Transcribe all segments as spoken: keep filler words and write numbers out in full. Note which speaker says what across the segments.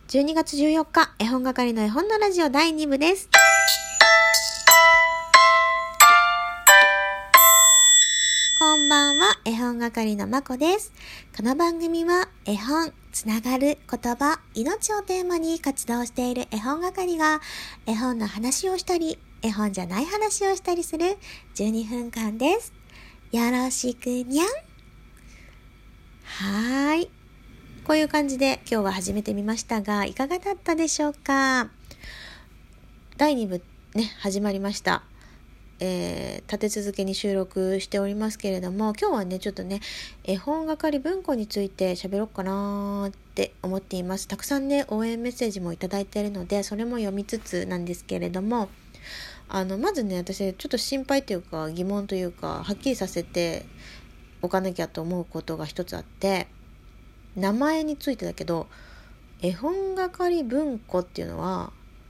Speaker 1: じゅうにがつじゅうよっか、絵本係の絵本のラジオだいにぶです。こんばんは、絵本係のまこです。この番組は絵本、つながる、言葉、命をテーマに活動している絵本係が絵本の話をしたり、絵本じゃない話をしたりするじゅうにふんかんです。よろしくにゃん。はーい。こういう感じで今日は始めてみましたが、いかがだったでしょうか。だいにぶね、始まりました。えー、立て続けに収録しておりますけれども、今日はね、ちょっとね、絵本係文庫について喋ろうかなって思っています。たくさんね、応援メッセージもいただいているので、それも読みつつなんですけれども、あの、まずね、私ちょっと心配というか疑問というか、はっきりさせておかなきゃと思うことが一つあって、名前についてだけど、絵本係文庫っていうのは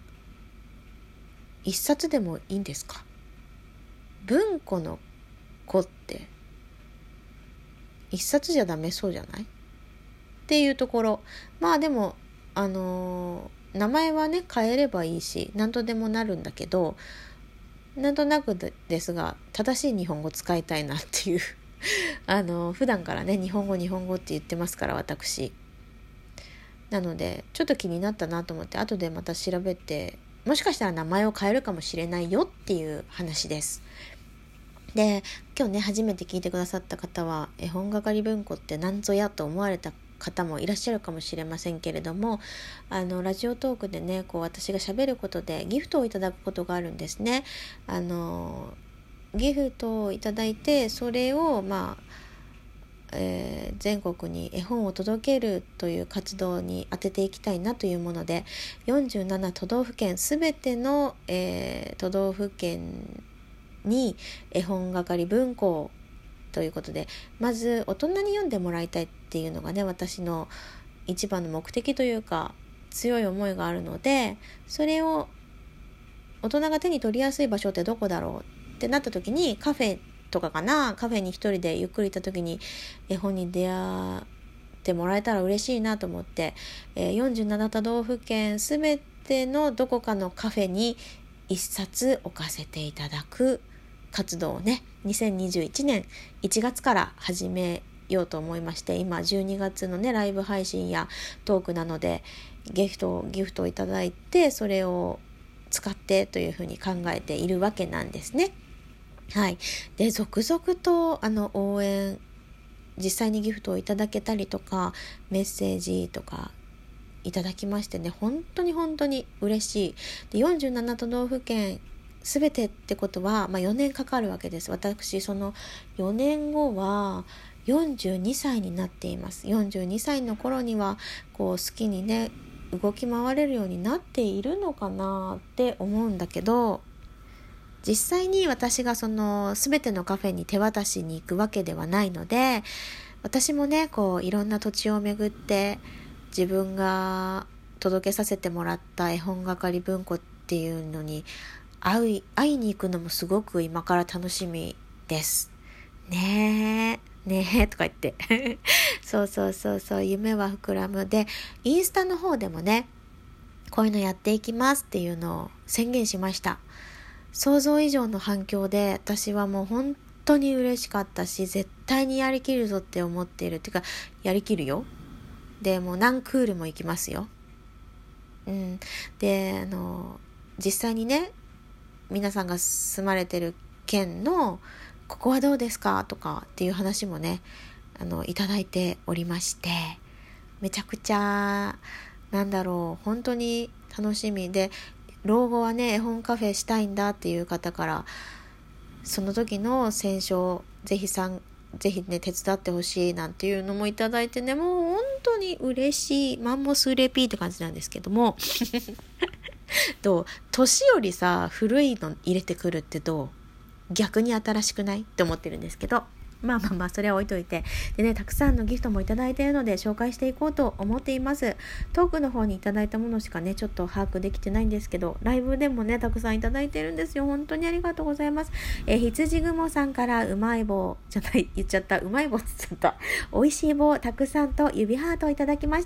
Speaker 1: 一冊でもいいんですか？文庫の子って一冊じゃダメそうじゃない？っていうところ。まあでもあのー、名前はね変えればいいし何とでもなるんだけど、なんとなくですが正しい日本語使いたいなっていうあの普段からね日本語日本語って言ってますから、私なのでちょっと気になったなと思って後でまた調べて、もしかしたら名前を変えるかもしれないよっていう話です。で、今日ね初めて聞いてくださった方は絵本係文庫ってなんぞやと思われた方もいらっしゃるかもしれませんけれども、あのラジオトークでねこう私が喋ることでギフトをいただくことがあるんですね。あのギフトをいただいて、それをまあ、えー、全国に絵本を届けるという活動に当てていきたいなというもので、よんじゅうななとどうふけんすべての、えー、都道府県に絵本係文庫ということで、まず大人に読んでもらいたいっていうのがね私の一番の目的というか強い思いがあるので、それを大人が手に取りやすい場所ってどこだろうってなった時にカフェとかかな、カフェに一人でゆっくり行った時に絵本に出会ってもらえたら嬉しいなと思って、えー、よんじゅうななとどうふけんすべてのどこかのカフェに一冊置かせていただく活動をねにせんにじゅういちねんいちがつから始めようと思いまして、今じゅうにがつのねライブ配信やトークなのでギフトをギフトをいただいて、それを使ってというふうに考えているわけなんですね。はい。で、続々とあの応援、実際にギフトをいただけたりとかメッセージとかいただきましてね、本当に本当に嬉しい。で、よんじゅうななとどうふけんすべてってことは、まあ、よねんかかるわけです。私そのよねんごはよんじゅうにさいになっています。よんじゅうにさいの頃にはこう好きにね動き回れるようになっているのかなって思うんだけど、実際に私がその全てのカフェに手渡しに行くわけではないので、私もねこういろんな土地を巡って自分が届けさせてもらった絵本係文庫っていうのに会い、会いに行くのもすごく今から楽しみですねえねえとか言ってそうそうそうそう、夢は膨らむ。で、インスタの方でもねこういうのやっていきますっていうのを宣言しました。想像以上の反響で私はもう本当に嬉しかったし、絶対にやりきるぞって思っているっていうか、やりきるよ。でもう何クールも行きますよ。うんで、あの実際にね皆さんが住まれてる県のここはどうですかとかっていう話もねあのいただいておりまして、めちゃくちゃなんだろう本当に楽しみで、老後はね絵本カフェしたいんだっていう方からその時の選書ぜひさんぜひね手伝ってほしいなんていうのもいただいてね、もう本当に嬉しい。マンモスレピーって感じなんですけどもどう、年よりさ古いの入れてくるってどう、逆に新しくないって思ってるんですけど、まあまあまあそれは置いといて、でねたくさんのギフトもいただいているので紹介していこうと思っています。トークの方にいただいたものしかねちょっと把握できてないんですけど、ライブでもねたくさんいただいてるんですよ。本当にありがとうございます。えー、羊雲さんからうまい棒じゃない言っちゃったうまい棒って言っちゃった美味しい棒たくさんと指ハートをいただきました。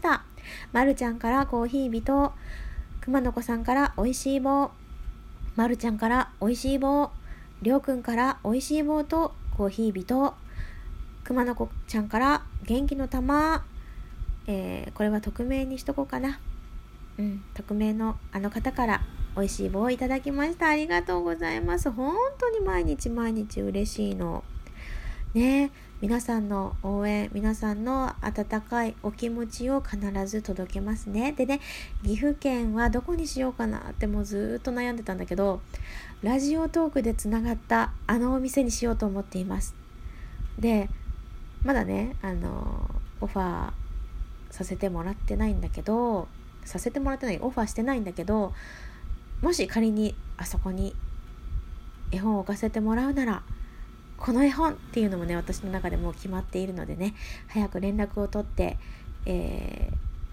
Speaker 1: まるちゃんからコーヒー日と、くまのこさんからおいしい棒、まるちゃんからおいしい棒、りょうくんからおいしい棒とコーヒー日と、くまのこちゃんから元気の玉、えー、これは匿名にしとこうかな。うん、匿名のあの方からおいしい棒をいただきました。ありがとうございます。本当に毎日毎日嬉しいのね。皆さんの応援、皆さんの温かいお気持ちを必ず届けますね。でね、岐阜県はどこにしようかなってもうずっと悩んでたんだけど、ラジオトークでつながったあのお店にしようと思っています。で、まだね、あのオファーさせてもらってないんだけど、させてもらってない、オファーしてないんだけど、もし仮にあそこに絵本を置かせてもらうなら、この絵本っていうのもね、私の中でもう決まっているのでね、早く連絡を取って、え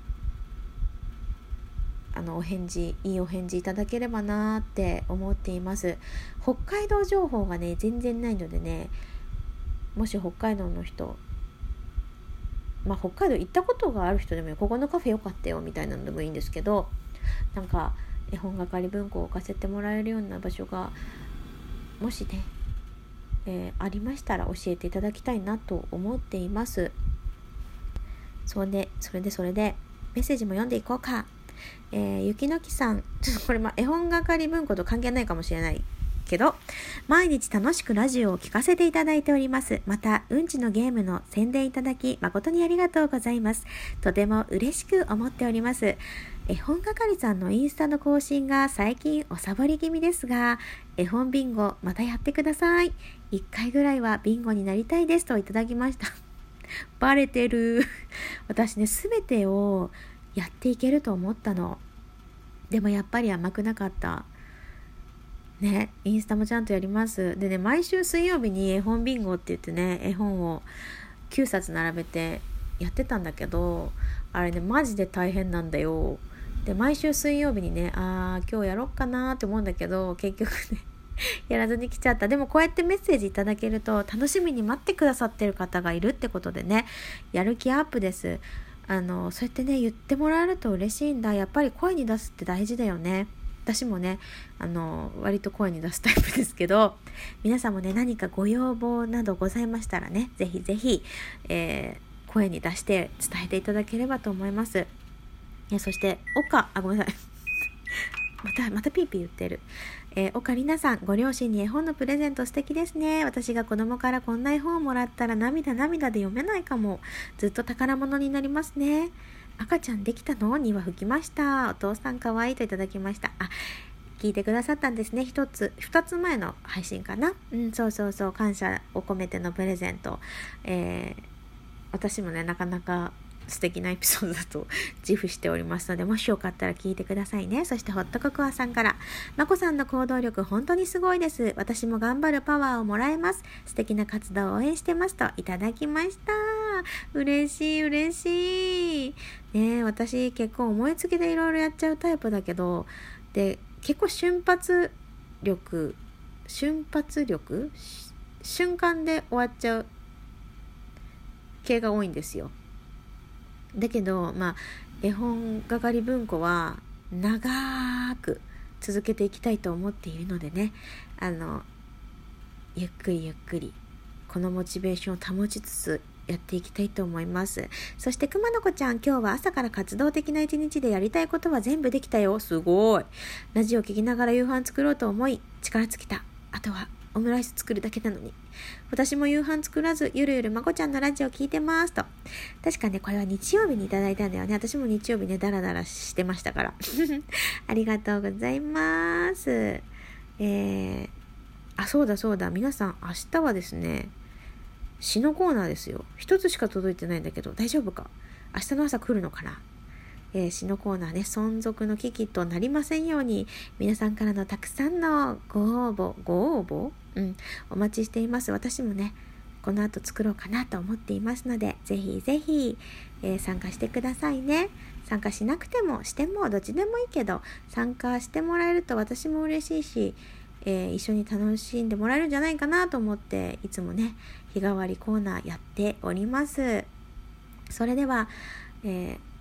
Speaker 1: ー、あのお返事、いいお返事いただければなって思っています。北海道情報がね全然ないのでね、もし北海道の人、まあ北海道行ったことがある人でもここのカフェ良かったよみたいなのでもいいんですけど、なんか絵本係文庫を置かせてもらえるような場所がもしね、えー、ありましたら教えていただきたいなと思っています。それでそれでそれでメッセージも読んでいこうか。えー、ゆきのきさん、ちょっとこれまあ絵本係文庫と関係ないかもしれないけど、毎日楽しくラジオを聞かせていただいております。またうんちのゲームの宣伝いただき誠にありがとうございます。とても嬉しく思っております。絵本係さんのインスタの更新が最近おサボり気味ですが、絵本ビンゴまたやってください。いっかいぐらいはビンゴになりたいですといただきましたバレてる私ね、すべてをやっていけると思ったの。でもやっぱり甘くなかったね。インスタもちゃんとやります。でね、毎週水曜日に絵本ビンゴって言ってね、絵本をきゅうさつ並べてやってたんだけど、あれねマジで大変なんだよ。で、毎週水曜日にね、あー今日やろっかなって思うんだけど、結局ねやらずに来ちゃった。でもこうやってメッセージいただけると楽しみに待ってくださってる方がいるってことでね、やる気アップです。あのそうやってね言ってもらえると嬉しいんだ。やっぱり声に出すって大事だよね。私もね、あの割と声に出すタイプですけど、皆さんもね何かご要望などございましたらね、ぜひぜひ、えー、声に出して伝えていただければと思います。いや、そして岡あごめんなさいまたまたピーピー言ってる、えー、岡里奈さん、ご両親に絵本のプレゼント素敵ですね。私が子供からこんな絵本をもらったら涙涙で読めないかも。ずっと宝物になりますね。赤ちゃんできたのには吹きました。お父さんかわいいといただきました。あ、聞いてくださったんですね。一つ二つ前の配信かな。うん、そうそうそう、感謝を込めてのプレゼント、えー、私もねなかなか素敵なエピソードだと自負しておりますので、もしよかったら聞いてくださいね。そしてホットココアさんから、まこさんの行動力本当にすごいです。私も頑張るパワーをもらえます。素敵な活動を応援してますといただきました。嬉しい嬉しいね。え私結構思いつきでいろいろやっちゃうタイプだけど、で結構瞬発力瞬発力瞬間で終わっちゃう系が多いんですよ。だけどまあ絵本係文庫は長く続けていきたいと思っているのでね、あのゆっくりゆっくりこのモチベーションを保ちつつやっていきたいと思います。そしてくまのこちゃん、今日は朝から活動的な一日でやりたいことは全部できたよ。すごい。ラジオ聞きながら夕飯作ろうと思い力尽きた。あとはオムライス作るだけなのに。私も夕飯作らずゆるゆるまこちゃんのラジオ聞いてますと。確かねこれは日曜日にいただいたんだよね。私も日曜日ねダラダラしてましたからありがとうございます。えー、あそうだそうだ、皆さん明日はですね詩のコーナーですよ。一つしか届いてないんだけど大丈夫か。明日の朝来るのかな。えー、詩のコーナーね、存続の危機となりませんように、皆さんからのたくさんのご応募ご応募、うん、お待ちしています。私もねこの後作ろうかなと思っていますので、ぜひぜひ、えー、参加してくださいね。参加しなくてもしてもどっちでもいいけど、参加してもらえると私も嬉しいし、えー、一緒に楽しんでもらえるんじゃないかなと思って、いつもね日替わりコーナーやっております。それでは、えー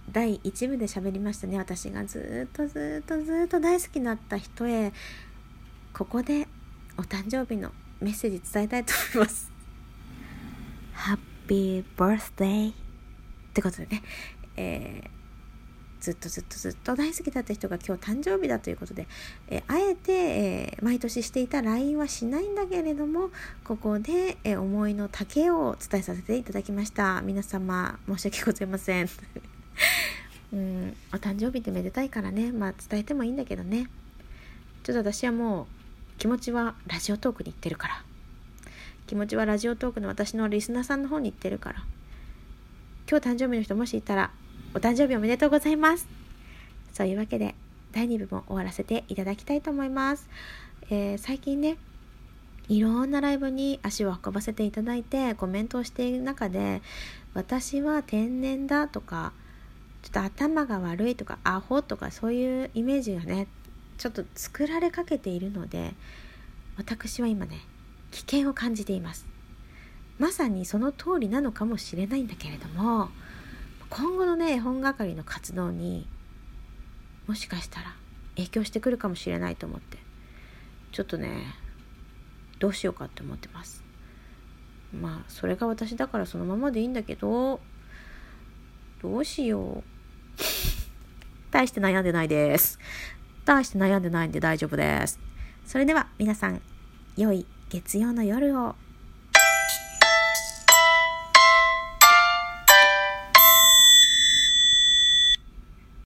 Speaker 1: だいいち部で喋りましたね。私がずっとずっとずっと大好きだった人へここでお誕生日のメッセージ伝えたいと思います。ハッピーバースデーってことでね、えー、ずっとずっとずっと大好きだった人が今日誕生日だということで、えー、あえて、えー、毎年していた ライン はしないんだけれども、ここで、えー、思いの丈を伝えさせていただきました。皆様申し訳ございません。うん、お誕生日ってめでたいからね、まあ伝えてもいいんだけどね。ちょっと私はもう気持ちはラジオトークに行ってるから、気持ちはラジオトークの私のリスナーさんの方に行ってるから、今日誕生日の人もしいたらお誕生日おめでとうございます。そういうわけでだいに部も終わらせていただきたいと思います。えー、最近ねいろんなライブに足を運ばせていただいてコメントをしている中で、私は天然だとかちょっと頭が悪いとかアホとかそういうイメージがねちょっと作られかけているので、私は今ね危険を感じています。まさにその通りなのかもしれないんだけれども、今後のね絵本係の活動にもしかしたら影響してくるかもしれないと思って、ちょっとねどうしようかって思ってます。まあそれが私だからそのままでいいんだけど、どうしよう。大して悩んでないです。大して悩んでないんで大丈夫です。それでは皆さん良い月曜の夜を。